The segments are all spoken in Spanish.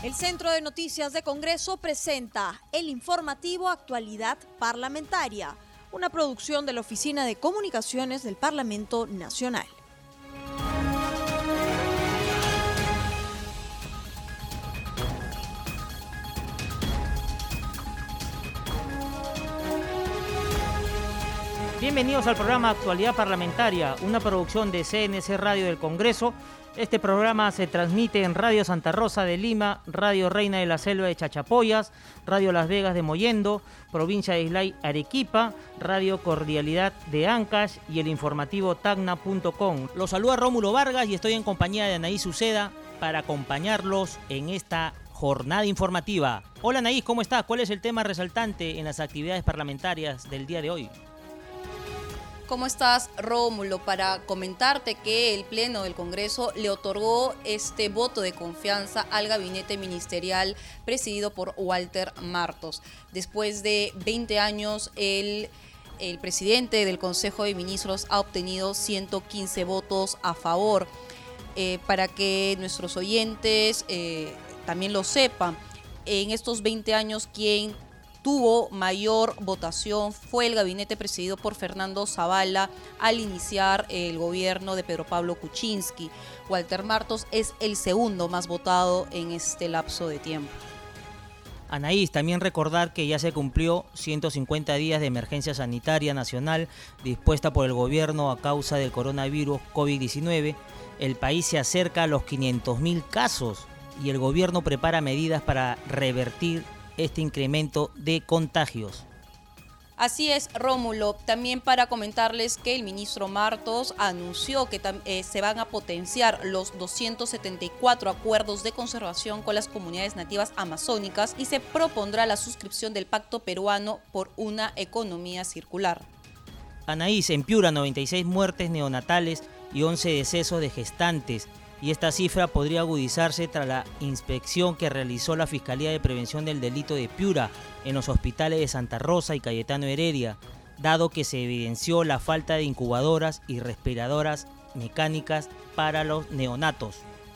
El Centro de Noticias de Congreso presenta el informativo Actualidad Parlamentaria, una producción de la Oficina de Comunicaciones del Parlamento Nacional. Bienvenidos al programa Actualidad Parlamentaria, una producción de CNC Radio del Congreso. Este programa se transmite en Radio Santa Rosa de Lima, Radio Reina de la Selva de Chachapoyas, Radio Las Vegas de Mollendo, Provincia de Islay Arequipa, Radio Cordialidad de Ancash y el informativo tacna.com. Los saluda Rómulo Vargas y estoy en compañía de Anaís Uceda para acompañarlos en esta jornada informativa. Hola Anaís, ¿cómo estás? ¿Cuál es el tema resaltante en las actividades parlamentarias del día de hoy? ¿Cómo estás, Rómulo? Para comentarte que el Pleno del Congreso le otorgó este voto de confianza al gabinete ministerial presidido por Walter Martos. Después de 20 años, el presidente del Consejo de Ministros ha obtenido 115 votos a favor. Para que nuestros oyentes también lo sepan, en estos 20 años, quien tuvo mayor votación fue el gabinete presidido por Fernando Zavala al iniciar el gobierno de Pedro Pablo Kuczynski. Walter Martos es el segundo más votado en este lapso de tiempo. Anaís, también recordar que ya se cumplió 150 días de emergencia sanitaria nacional dispuesta por el gobierno a causa del coronavirus COVID-19. El país se acerca a los 500.000 casos y el gobierno prepara medidas para revertir este incremento de contagios. Así es, Rómulo. También para comentarles que el ministro Martos anunció que se van a potenciar los 274 acuerdos de conservación con las comunidades nativas amazónicas y se propondrá la suscripción del Pacto Peruano por una economía circular. Anaís, en Piura, 96 muertes neonatales y 11 decesos de gestantes. Y esta cifra podría agudizarse tras la inspección que realizó la Fiscalía de Prevención del Delito de Piura en los hospitales de Santa Rosa y Cayetano Heredia, dado que se evidenció la falta de incubadoras y respiradoras mecánicas para los neonatos.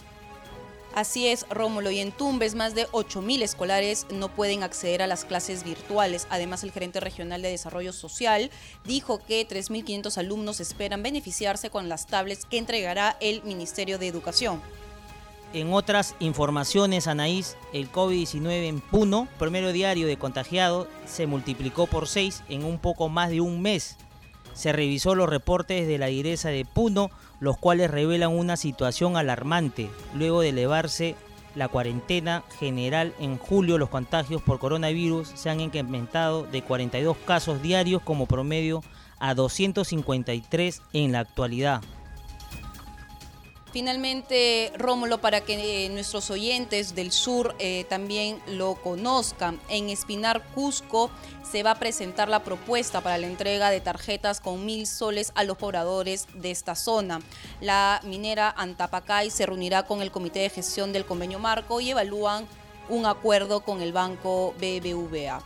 Así es, Rómulo, y en Tumbes más de 8.000 escolares no pueden acceder a las clases virtuales. Además, el gerente regional de Desarrollo Social dijo que 3.500 alumnos esperan beneficiarse con las tablets que entregará el Ministerio de Educación. En otras informaciones, Anaís, el COVID-19 en Puno, promedio diario de contagiados, se multiplicó por 6 en un poco más de un mes. Se revisó los reportes de la direza de Puno, los cuales revelan una situación alarmante. Luego de elevarse la cuarentena general en julio, los contagios por coronavirus se han incrementado de 42 casos diarios como promedio a 253 en la actualidad. Finalmente, Rómulo, para que nuestros oyentes del sur también lo conozcan, en Espinar, Cusco, se va a presentar la propuesta para la entrega de tarjetas con 1.000 soles a los pobladores de esta zona. La minera Antapacay se reunirá con el Comité de Gestión del Convenio Marco y evalúan un acuerdo con el Banco BBVA.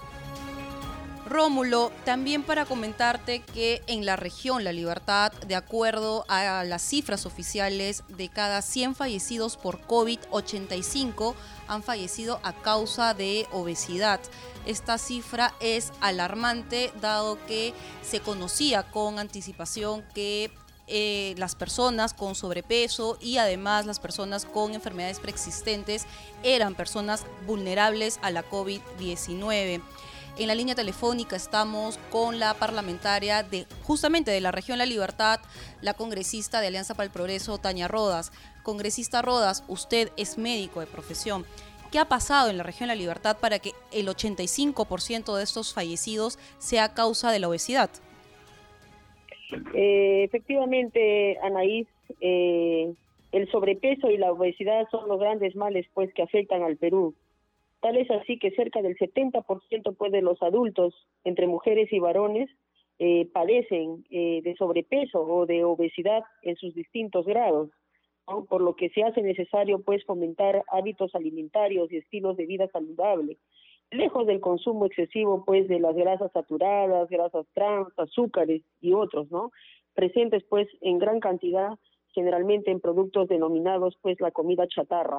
Rómulo, también para comentarte que en la región La Libertad, de acuerdo a las cifras oficiales, de cada 100 fallecidos por COVID, 85 han fallecido a causa de obesidad. Esta cifra es alarmante, dado que se conocía con anticipación que las personas con sobrepeso y además las personas con enfermedades preexistentes eran personas vulnerables a la COVID-19. En la línea telefónica estamos con la parlamentaria justamente de la región La Libertad, la congresista de Alianza para el Progreso, Tania Rodas. Congresista Rodas, usted es médico de profesión. ¿Qué ha pasado en la región La Libertad para que el 85% de estos fallecidos sea a causa de la obesidad? Efectivamente, Anaís, el sobrepeso y la obesidad son los grandes males pues que afectan al Perú. Tal es así que cerca del 70% pues, de los adultos, entre mujeres y varones, padecen de sobrepeso o de obesidad en sus distintos grados, ¿no? Por lo que se hace necesario pues fomentar hábitos alimentarios y estilos de vida saludable, lejos del consumo excesivo pues de las grasas saturadas, grasas trans, azúcares y otros, ¿no? Presentes pues en gran cantidad, generalmente en productos denominados pues la comida chatarra.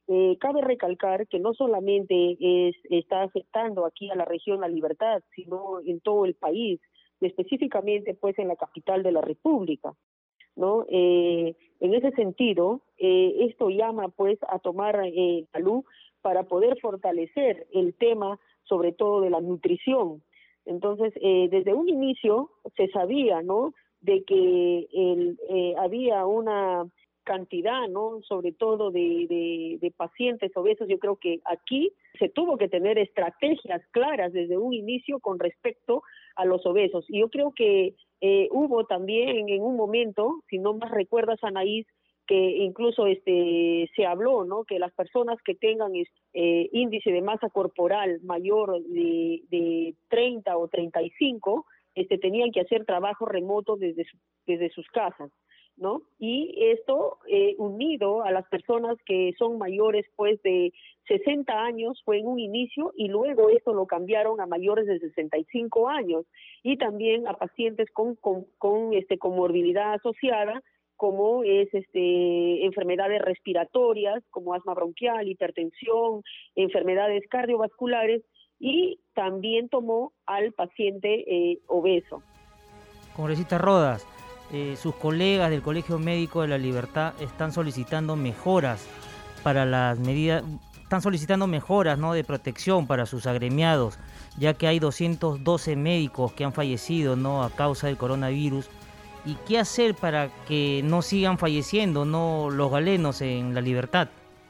cabe recalcar que no solamente está afectando aquí a la región La Libertad, sino en todo el país, específicamente pues en la capital de la República, ¿no? En ese sentido, esto llama pues a tomar salud para poder fortalecer el tema, sobre todo de la nutrición. Entonces, desde un inicio se sabía, ¿no?, de que había una cantidad, ¿no?, sobre todo de pacientes obesos. Yo creo que aquí se tuvo que tener estrategias claras desde un inicio con respecto a los obesos. Y yo creo que hubo también en un momento, si no más recuerdas, Anaís, que incluso se habló, ¿no?, que las personas que tengan índice de masa corporal mayor de 30 o 35 tenían que hacer trabajo remoto desde sus casas, ¿no? Y esto unido a las personas que son mayores pues de 60 años fue en un inicio, y luego esto lo cambiaron a mayores de 65 años, y también a pacientes con comorbilidad asociada, como es enfermedades respiratorias, como asma bronquial, hipertensión, enfermedades cardiovasculares, y también tomó al paciente obeso. Congresista Rodas, sus colegas del Colegio Médico de la Libertad están solicitando mejoras para las medidas, están solicitando mejoras, ¿no?, de protección para sus agremiados, ya que hay 212 médicos que han fallecido, ¿no?, a causa del coronavirus. ¿Y qué hacer para que no sigan falleciendo, no, los galenos en La Libertad?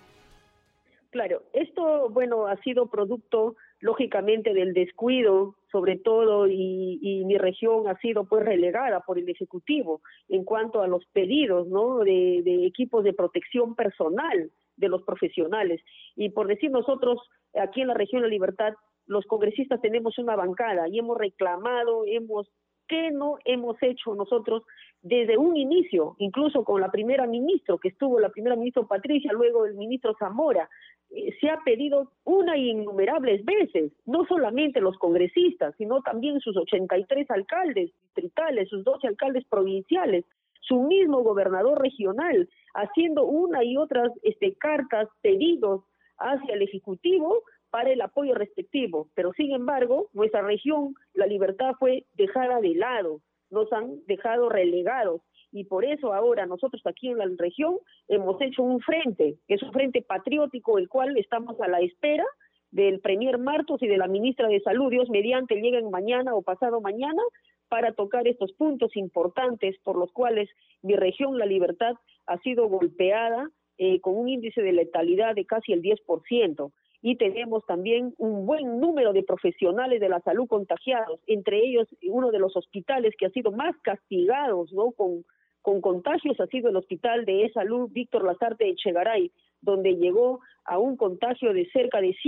Claro, esto, bueno, ha sido producto, lógicamente, del descuido, sobre todo, y mi región ha sido, pues, relegada por el Ejecutivo en cuanto a los pedidos, ¿no?, de equipos de protección personal de los profesionales. Y por decir, nosotros, aquí en la región La Libertad, los congresistas tenemos una bancada y hemos reclamado, ¿qué no hemos hecho nosotros desde un inicio? Incluso con la primera ministra, que estuvo la primera ministra Patricia, luego el ministro Zamora, se ha pedido una y innumerables veces, no solamente los congresistas, sino también sus 83 alcaldes distritales, sus 12 alcaldes provinciales, su mismo gobernador regional, haciendo una y otras cartas, pedidos hacia el Ejecutivo para el apoyo respectivo. Pero sin embargo, nuestra región, La Libertad, fue dejada de lado, nos han dejado relegados, y por eso ahora nosotros aquí en la región hemos hecho un frente, que es un frente patriótico, el cual estamos a la espera del premier Martos y de la ministra de Salud. Dios mediante lleguen mañana o pasado mañana para tocar estos puntos importantes por los cuales mi región, La Libertad, ha sido golpeada con un índice de letalidad de casi el 10%. Y tenemos también un buen número de profesionales de la salud contagiados, entre ellos uno de los hospitales que ha sido más castigados, ¿no?, con contagios ha sido el Hospital de E-Salud Víctor Lazarte de Echegaray, donde llegó a un contagio de cerca de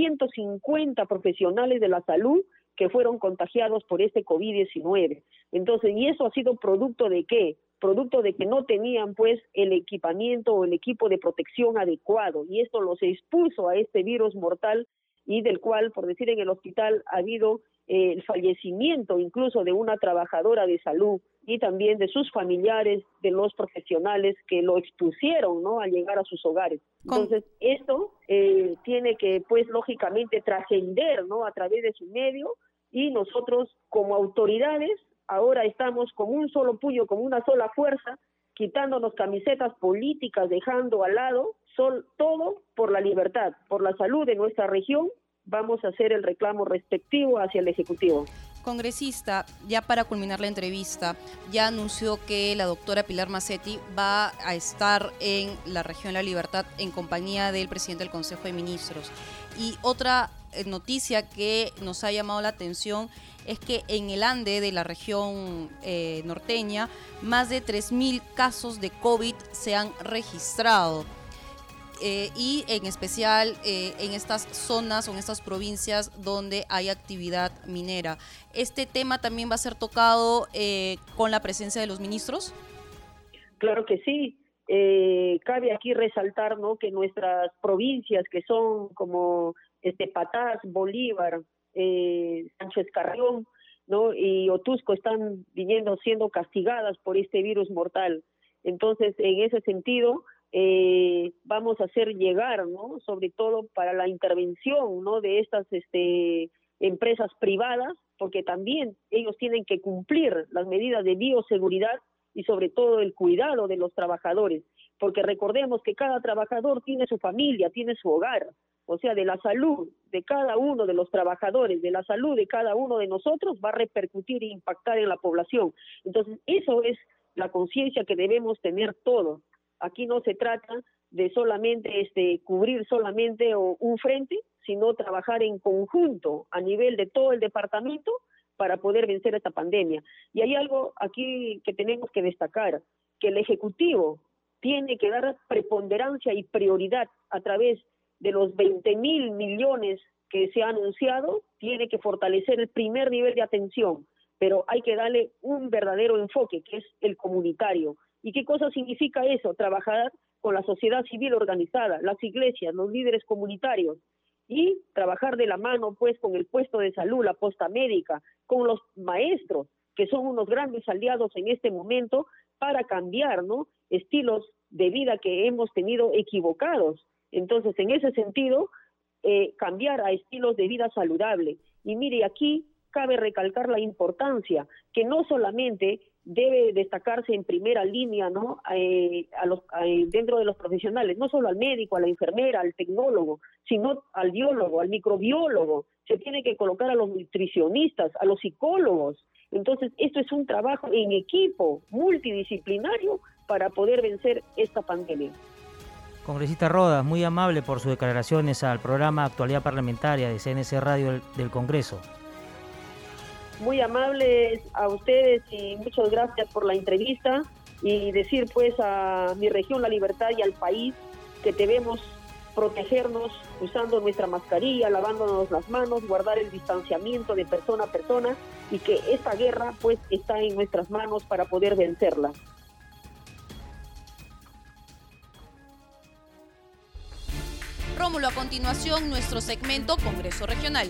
150 profesionales de la salud que fueron contagiados por este COVID-19. Entonces, ¿y eso ha sido producto de qué? Producto de que no tenían pues el equipamiento o el equipo de protección adecuado, y esto los expuso a este virus mortal, y del cual, por decir, en el hospital ha habido el fallecimiento incluso de una trabajadora de salud y también de sus familiares, de los profesionales que lo expusieron, ¿no?, al llegar a sus hogares. Entonces, esto tiene que, pues, lógicamente trascender, ¿no?, a través de su medio, y nosotros como autoridades ahora estamos con un solo puño, con una sola fuerza, quitándonos camisetas políticas, dejando al lado todo por la libertad, por la salud de nuestra región. Vamos a hacer el reclamo respectivo hacia el Ejecutivo. Congresista, ya para culminar la entrevista, ya anunció que la doctora Pilar Macetti va a estar en la región La Libertad en compañía del presidente del Consejo de Ministros. Y otra noticia que nos ha llamado la atención es que en el Ande de la región norteña, más de 3.000 casos de COVID se han registrado. Y en especial en estas zonas o en estas provincias donde hay actividad minera. ¿Este tema también va a ser tocado con la presencia de los ministros? Claro que sí. Cabe aquí resaltar, ¿no?, que nuestras provincias, que son como Patás, Bolívar, Sánchez Carrión, ¿no?, y Otusco, están siendo castigadas por este virus mortal. Entonces, en ese sentido, vamos a hacer llegar, ¿no? Sobre todo para la intervención, ¿no? De estas empresas privadas, porque también ellos tienen que cumplir las medidas de bioseguridad y sobre todo el cuidado de los trabajadores, porque recordemos que cada trabajador tiene su familia, tiene su hogar, o sea, de la salud de cada uno de los trabajadores, de la salud de cada uno de nosotros va a repercutir e impactar en la población. Entonces, eso es la conciencia que debemos tener todos. Aquí no se trata de solamente cubrir solamente un frente, sino trabajar en conjunto a nivel de todo el departamento para poder vencer esta pandemia. Y hay algo aquí que tenemos que destacar, que el Ejecutivo tiene que dar preponderancia y prioridad a través de los 20.000 millones que se ha anunciado, tiene que fortalecer el primer nivel de atención, pero hay que darle un verdadero enfoque, que es el comunitario. ¿Y qué cosa significa eso? Trabajar con la sociedad civil organizada, las iglesias, los líderes comunitarios, y trabajar de la mano pues con el puesto de salud, la posta médica, con los maestros, que son unos grandes aliados en este momento para cambiar, ¿no?, estilos de vida que hemos tenido equivocados. Entonces, en ese sentido, cambiar a estilos de vida saludable. Y mire, aquí cabe recalcar la importancia que no solamente debe destacarse en primera línea, ¿no?, dentro de los profesionales, no solo al médico, a la enfermera, al tecnólogo, sino al biólogo, al microbiólogo. Se tiene que colocar a los nutricionistas, a los psicólogos. Entonces, esto es un trabajo en equipo, multidisciplinario, para poder vencer esta pandemia. Congresista Rodas, muy amable por sus declaraciones al programa Actualidad Parlamentaria de CNC Radio del Congreso. Muy amables a ustedes y muchas gracias por la entrevista, y decir pues a mi región La Libertad y al país que debemos protegernos usando nuestra mascarilla, lavándonos las manos, guardar el distanciamiento de persona a persona, y que esta guerra pues está en nuestras manos para poder vencerla. Rómulo, a continuación nuestro segmento Congreso Regional.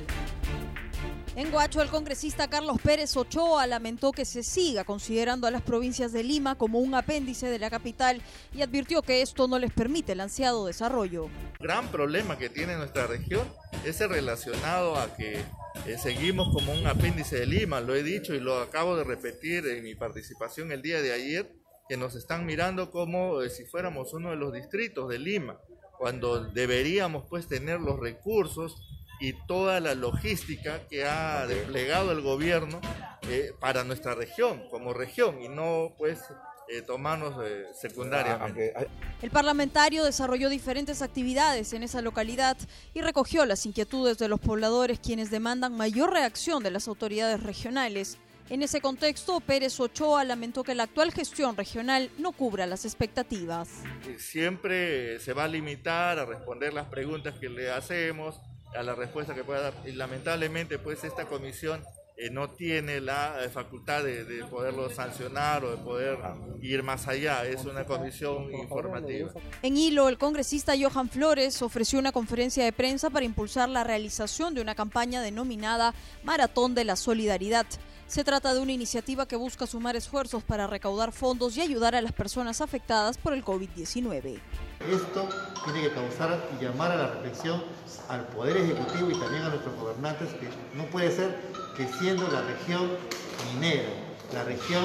En Huacho, el congresista Carlos Pérez Ochoa lamentó que se siga considerando a las provincias de Lima como un apéndice de la capital y advirtió que esto no les permite el ansiado desarrollo. El gran problema que tiene nuestra región es el relacionado a que seguimos como un apéndice de Lima. Lo he dicho y lo acabo de repetir en mi participación el día de ayer, que nos están mirando como si fuéramos uno de los distritos de Lima, cuando deberíamos pues tener los recursos y toda la logística que ha desplegado el gobierno para nuestra región, como región, y no pues tomarnos secundariamente. El parlamentario desarrolló diferentes actividades en esa localidad y recogió las inquietudes de los pobladores, quienes demandan mayor reacción de las autoridades regionales. En ese contexto, Pérez Ochoa lamentó que la actual gestión regional no cubra las expectativas. Siempre se va a limitar a responder las preguntas que le hacemos, a la respuesta que pueda dar, y lamentablemente pues esta comisión no tiene la facultad de poderlo sancionar o de poder ir más allá. Es una comisión informativa. En Hilo, el congresista Johan Flores ofreció una conferencia de prensa para impulsar la realización de una campaña denominada Maratón de la Solidaridad. Se trata de una iniciativa que busca sumar esfuerzos para recaudar fondos y ayudar a las personas afectadas por el COVID-19. Esto tiene que causar y llamar a la reflexión al Poder Ejecutivo y también a nuestros gobernantes, que no puede ser que siendo la región minera, la región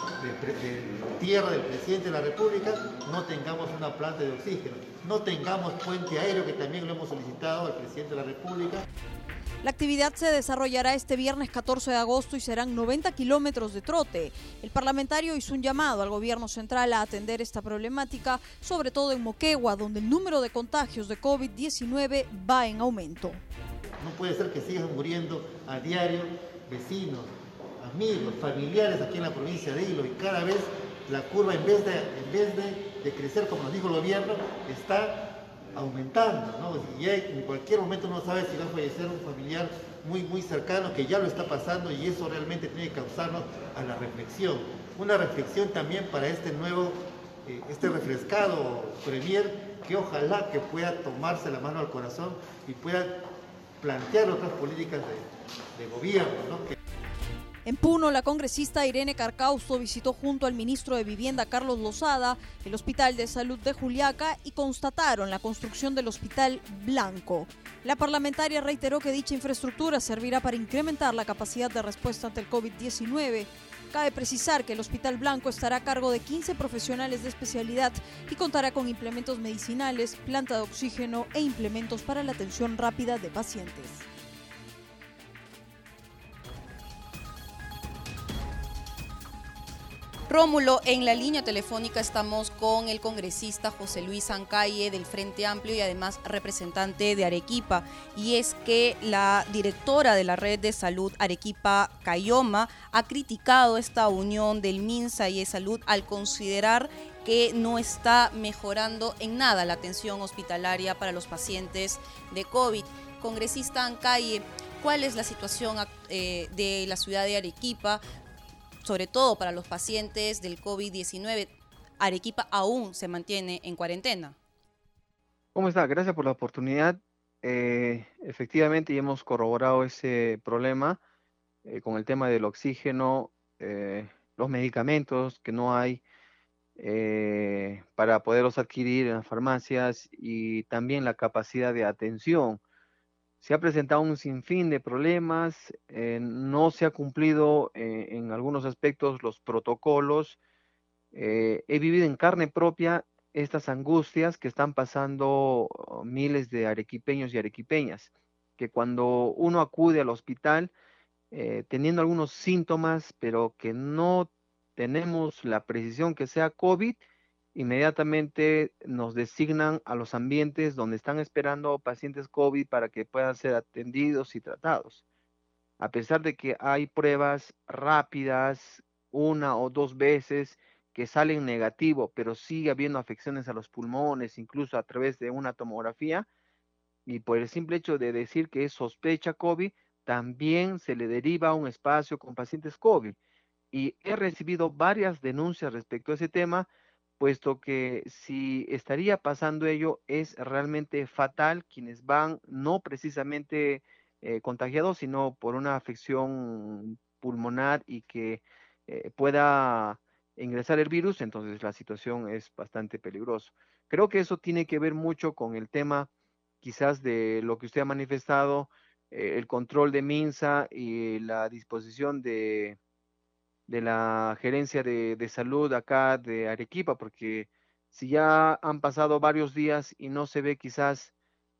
de tierra del presidente de la República, no tengamos una planta de oxígeno, no tengamos puente aéreo, que también lo hemos solicitado al presidente de la República. La actividad se desarrollará este viernes 14 de agosto y serán 90 kilómetros de trote. El parlamentario hizo un llamado al gobierno central a atender esta problemática, sobre todo en Moquegua, donde el número de contagios de COVID-19 va en aumento. No puede ser que sigan muriendo a diario vecinos, amigos, familiares aquí en la provincia de Hilo, y cada vez la curva, en vez de crecer como nos dijo el gobierno, está aumentando, ¿no? Y en cualquier momento uno sabe si va a fallecer un familiar muy cercano, que ya lo está pasando, y eso realmente tiene que causarnos a la reflexión. Una reflexión también para este nuevo, refrescado premier, que ojalá que pueda tomarse la mano al corazón y pueda plantear otras políticas de gobierno, ¿no? En Puno, la congresista Irene Carcausto visitó junto al ministro de Vivienda Carlos Lozada el Hospital de Salud de Juliaca y constataron la construcción del Hospital Blanco. La parlamentaria reiteró que dicha infraestructura servirá para incrementar la capacidad de respuesta ante el COVID-19. Cabe precisar que el Hospital Blanco estará a cargo de 15 profesionales de especialidad y contará con implementos medicinales, planta de oxígeno e implementos para la atención rápida de pacientes. Rómulo, en la línea telefónica estamos con el congresista José Luis Ancalle del Frente Amplio y además representante de Arequipa. Y es que la directora de la Red de Salud Arequipa Cayoma ha criticado esta unión del MINSA y E-Salud al considerar que no está mejorando en nada la atención hospitalaria para los pacientes de COVID. Congresista Ancalle, ¿cuál es la situación de la ciudad de Arequipa, sobre todo para los pacientes del COVID-19? Arequipa aún se mantiene en cuarentena. ¿Cómo está? Gracias por la oportunidad. Efectivamente, ya hemos corroborado ese problema con el tema del oxígeno, los medicamentos que no hay para poderlos adquirir en las farmacias y también la capacidad de atención. Se ha presentado un sinfín de problemas, no se ha cumplido en algunos aspectos los protocolos. He vivido en carne propia estas angustias que están pasando miles de arequipeños y arequipeñas, que cuando uno acude al hospital teniendo algunos síntomas, pero que no tenemos la precisión que sea COVID, inmediatamente nos designan a los ambientes donde están esperando pacientes COVID para que puedan ser atendidos y tratados. A pesar de que hay pruebas rápidas, 1 o 2 veces, que salen negativo, pero sigue habiendo afecciones a los pulmones, incluso a través de una tomografía, y por el simple hecho de decir que es sospecha COVID, también se le deriva a un espacio con pacientes COVID. Y he recibido varias denuncias respecto a ese tema, puesto que si estaría pasando ello, es realmente fatal quienes van no precisamente contagiados, sino por una afección pulmonar y que pueda ingresar el virus, entonces la situación es bastante peligrosa. Creo que eso tiene que ver mucho con el tema quizás de lo que usted ha manifestado, el control de MINSA y la disposición de la gerencia de salud acá de Arequipa, porque si ya han pasado varios días y no se ve quizás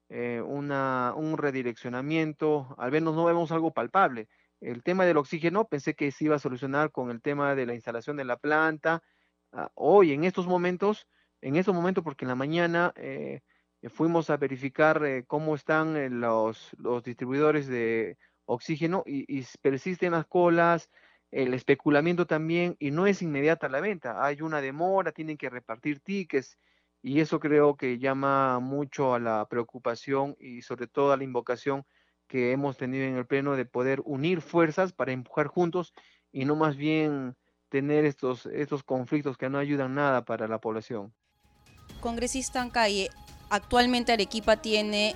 un redireccionamiento, al menos no vemos algo palpable. El tema del oxígeno pensé que se iba a solucionar con el tema de la instalación de la planta. Hoy, en estos momentos, porque en la mañana fuimos a verificar cómo están los distribuidores de oxígeno y persisten las colas, el especulamiento también, y no es inmediata la venta, hay una demora, tienen que repartir tickets, y eso creo que llama mucho a la preocupación y sobre todo a la invocación que hemos tenido en el Pleno de poder unir fuerzas para empujar juntos y no más bien tener estos conflictos que no ayudan nada para la población. Congresista Ancalle, actualmente Arequipa tiene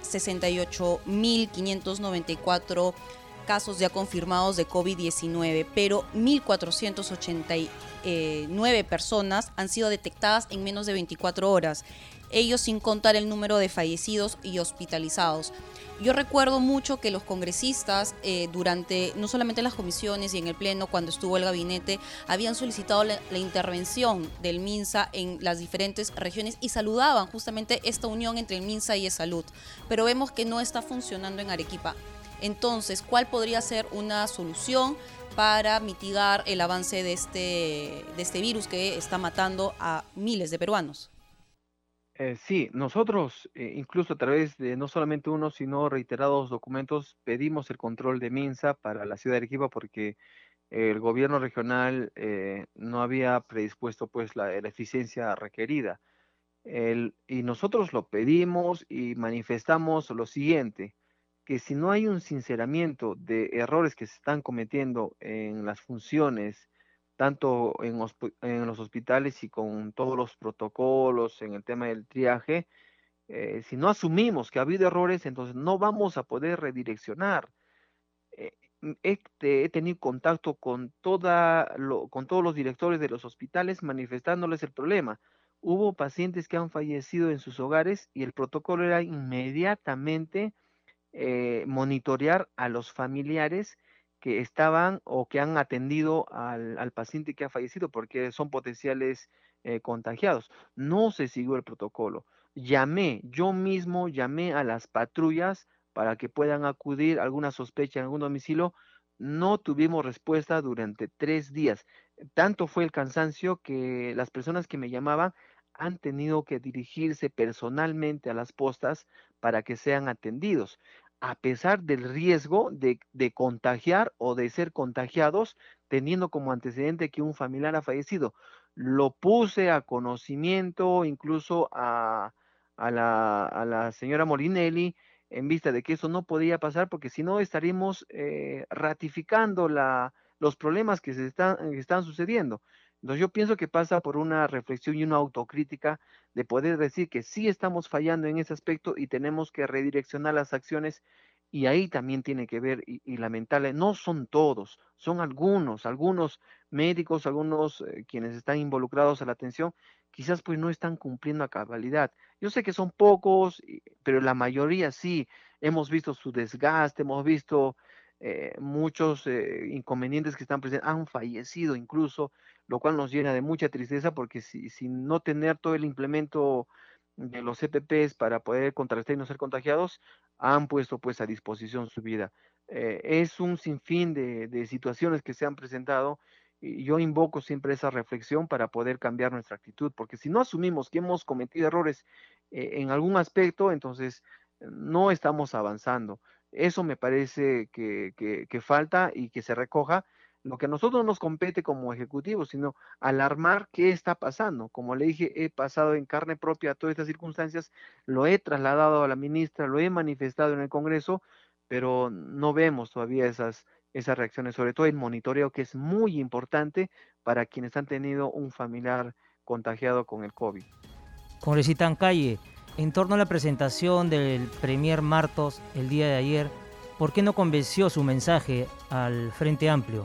68.594 casos ya confirmados de COVID-19, pero 1.489 personas han sido detectadas en menos de 24 horas, ellos sin contar el número de fallecidos y hospitalizados. Yo recuerdo mucho que los congresistas durante, no solamente las comisiones y en el Pleno, cuando estuvo el gabinete, habían solicitado la intervención del MINSA en las diferentes regiones y saludaban justamente esta unión entre el MINSA y E-Salud, pero vemos que no está funcionando en Arequipa. Entonces, ¿cuál podría ser una solución para mitigar el avance de este virus que está matando a miles de peruanos? Sí, nosotros incluso a través de no solamente uno, sino reiterados documentos, pedimos el control de MINSA para la ciudad de Arequipa porque el gobierno regional no había predispuesto pues la eficiencia requerida. Y nosotros lo pedimos y manifestamos lo siguiente, que si no hay un sinceramiento de errores que se están cometiendo en las funciones, tanto en los hospitales y con todos los protocolos, en el tema del triaje, si no asumimos que ha habido errores, entonces no vamos a poder redireccionar. he tenido contacto con con todos los directores de los hospitales manifestándoles el problema. Hubo pacientes que han fallecido en sus hogares y el protocolo era inmediatamente monitorear a los familiares que estaban o que han atendido al paciente que ha fallecido porque son potenciales contagiados. No se siguió el protocolo. Yo mismo llamé a las patrullas para que puedan acudir a alguna sospecha en algún domicilio. No tuvimos respuesta durante 3 días. Tanto fue el cansancio que las personas que me llamaban han tenido que dirigirse personalmente a las postas para que sean atendidos, a pesar del riesgo de contagiar o de ser contagiados, teniendo como antecedente que un familiar ha fallecido. Lo puse a conocimiento incluso a la señora Molinelli, en vista de que eso no podía pasar, porque si no estaríamos ratificando los problemas que están sucediendo. Entonces yo pienso que pasa por una reflexión y una autocrítica de poder decir que sí estamos fallando en ese aspecto y tenemos que redireccionar las acciones, y ahí también tiene que ver, y lamentable, no son todos, son algunos médicos, algunos quienes están involucrados a la atención, quizás pues no están cumpliendo a cabalidad. Yo sé que son pocos, pero la mayoría sí. Hemos visto su desgaste, hemos visto muchos inconvenientes que están presentes, han fallecido incluso, lo cual nos llena de mucha tristeza porque sin no tener todo el implemento de los EPPs para poder contrarrestar y no ser contagiados, han puesto pues a disposición su vida. Es un sinfín de situaciones que se han presentado, y yo invoco siempre esa reflexión para poder cambiar nuestra actitud, porque si no asumimos que hemos cometido errores en algún aspecto, entonces no estamos avanzando. Eso me parece que falta y que se recoja lo que a nosotros nos compete como ejecutivos, sino alarmar qué está pasando. Como le dije, he pasado en carne propia todas estas circunstancias, lo he trasladado a la ministra, lo he manifestado en el Congreso, pero no vemos todavía esas reacciones, sobre todo el monitoreo, que es muy importante para quienes han tenido un familiar contagiado con el COVID. Congresista Ancalle, en torno a la presentación del Premier Martos el día de ayer, ¿por qué no convenció su mensaje al Frente Amplio?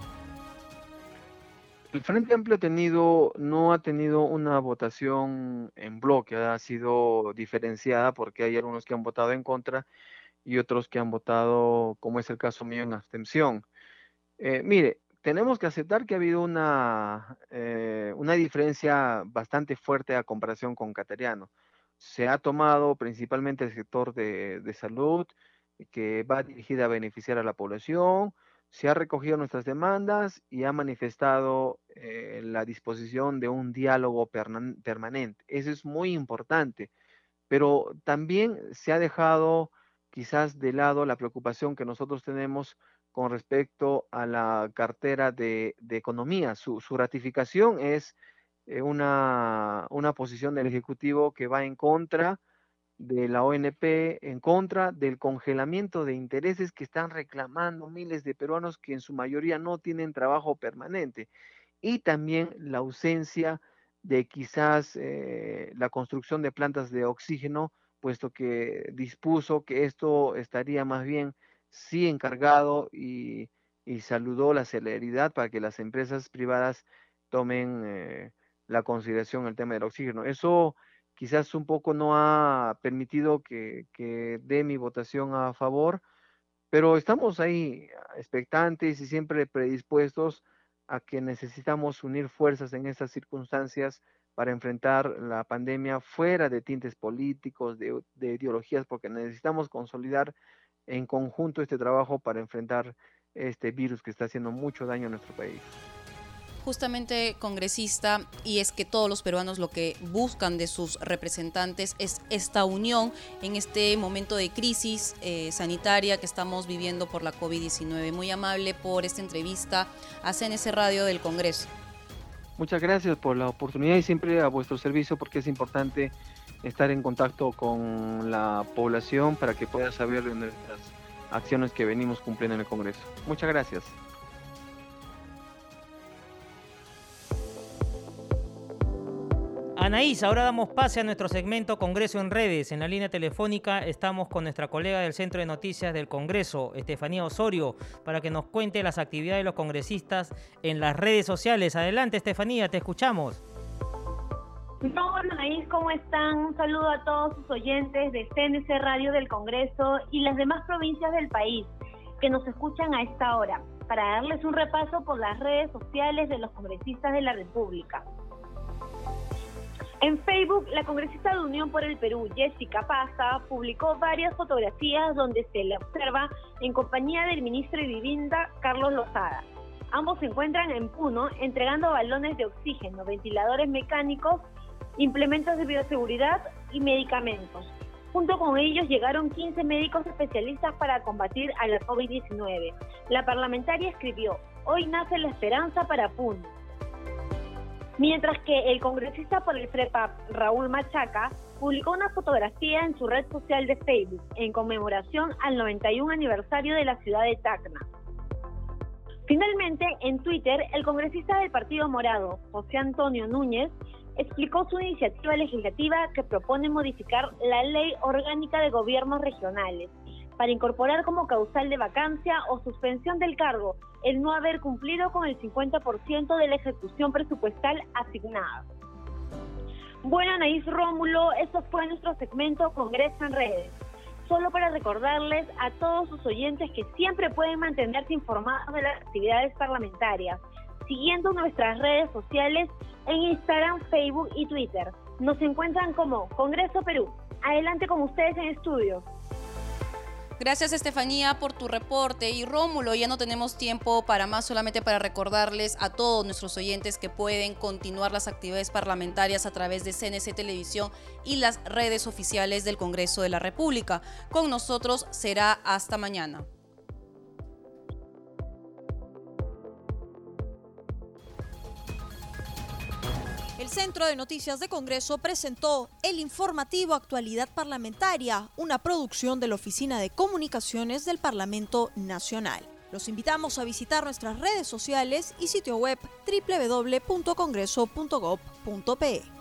El Frente Amplio no ha tenido una votación en bloque, ha sido diferenciada porque hay algunos que han votado en contra y otros que han votado, como es el caso mío, en abstención. Mire, tenemos que aceptar que ha habido una diferencia bastante fuerte a comparación con Cateriano. Se ha tomado principalmente el sector de salud, que va dirigida a beneficiar a la población, se ha recogido nuestras demandas y ha manifestado la disposición de un diálogo permanente. Eso es muy importante, pero también se ha dejado quizás de lado la preocupación que nosotros tenemos con respecto a la cartera de economía. Su ratificación es una posición del Ejecutivo que va en contra de la ONP, en contra del congelamiento de intereses que están reclamando miles de peruanos que en su mayoría no tienen trabajo permanente, y también la ausencia de quizás la construcción de plantas de oxígeno, puesto que dispuso que esto estaría más bien sí encargado, y saludó la celeridad para que las empresas privadas tomen la consideración el tema del oxígeno. Eso quizás un poco no ha permitido que dé mi votación a favor, pero estamos ahí expectantes y siempre predispuestos a que necesitamos unir fuerzas en estas circunstancias para enfrentar la pandemia fuera de tintes políticos, de ideologías, porque necesitamos consolidar en conjunto este trabajo para enfrentar este virus que está haciendo mucho daño a nuestro país. Justamente, congresista, y es que todos los peruanos lo que buscan de sus representantes es esta unión en este momento de crisis sanitaria que estamos viviendo por la COVID-19. Muy amable por esta entrevista a CNC Radio del Congreso. Muchas gracias por la oportunidad y siempre a vuestro servicio, porque es importante estar en contacto con la población para que pueda saber de nuestras acciones que venimos cumpliendo en el Congreso. Muchas gracias. Anaís, ahora damos pase a nuestro segmento Congreso en Redes. En la línea telefónica estamos con nuestra colega del Centro de Noticias del Congreso, Estefanía Osorio, para que nos cuente las actividades de los congresistas en las redes sociales. Adelante, Estefanía, te escuchamos. Hola, Anaís, ¿cómo están? Un saludo a todos sus oyentes de CNC Radio del Congreso y las demás provincias del país que nos escuchan a esta hora, para darles un repaso por las redes sociales de los congresistas de la República. En Facebook, la congresista de Unión por el Perú, Jessica Paza, publicó varias fotografías donde se le observa en compañía del ministro de Vivienda, Carlos Lozada. Ambos se encuentran en Puno entregando balones de oxígeno, ventiladores mecánicos, implementos de bioseguridad y medicamentos. Junto con ellos llegaron 15 médicos especialistas para combatir a la COVID-19. La parlamentaria escribió: "Hoy nace la esperanza para Puno". Mientras que el congresista por el FREPAP, Raúl Machaca, publicó una fotografía en su red social de Facebook en conmemoración al 91 aniversario de la ciudad de Tacna. Finalmente, en Twitter, el congresista del Partido Morado, José Antonio Núñez, explicó su iniciativa legislativa que propone modificar la Ley Orgánica de Gobiernos Regionales para incorporar como causal de vacancia o suspensión del cargo el no haber cumplido con el 50% de la ejecución presupuestal asignada. Bueno, Anaís, Rómulo, esto fue nuestro segmento Congreso en Redes. Solo para recordarles a todos sus oyentes que siempre pueden mantenerse informados de las actividades parlamentarias, siguiendo nuestras redes sociales en Instagram, Facebook y Twitter. Nos encuentran como Congreso Perú. Adelante con ustedes en estudio. Gracias, Estefanía, por tu reporte. Y Rómulo, ya no tenemos tiempo para más, solamente para recordarles a todos nuestros oyentes que pueden continuar las actividades parlamentarias a través de CNC Televisión y las redes oficiales del Congreso de la República. Con nosotros será hasta mañana. El Centro de Noticias de Congreso presentó el informativo Actualidad Parlamentaria, una producción de la Oficina de Comunicaciones del Parlamento Nacional. Los invitamos a visitar nuestras redes sociales y sitio web www.congreso.gov.pe.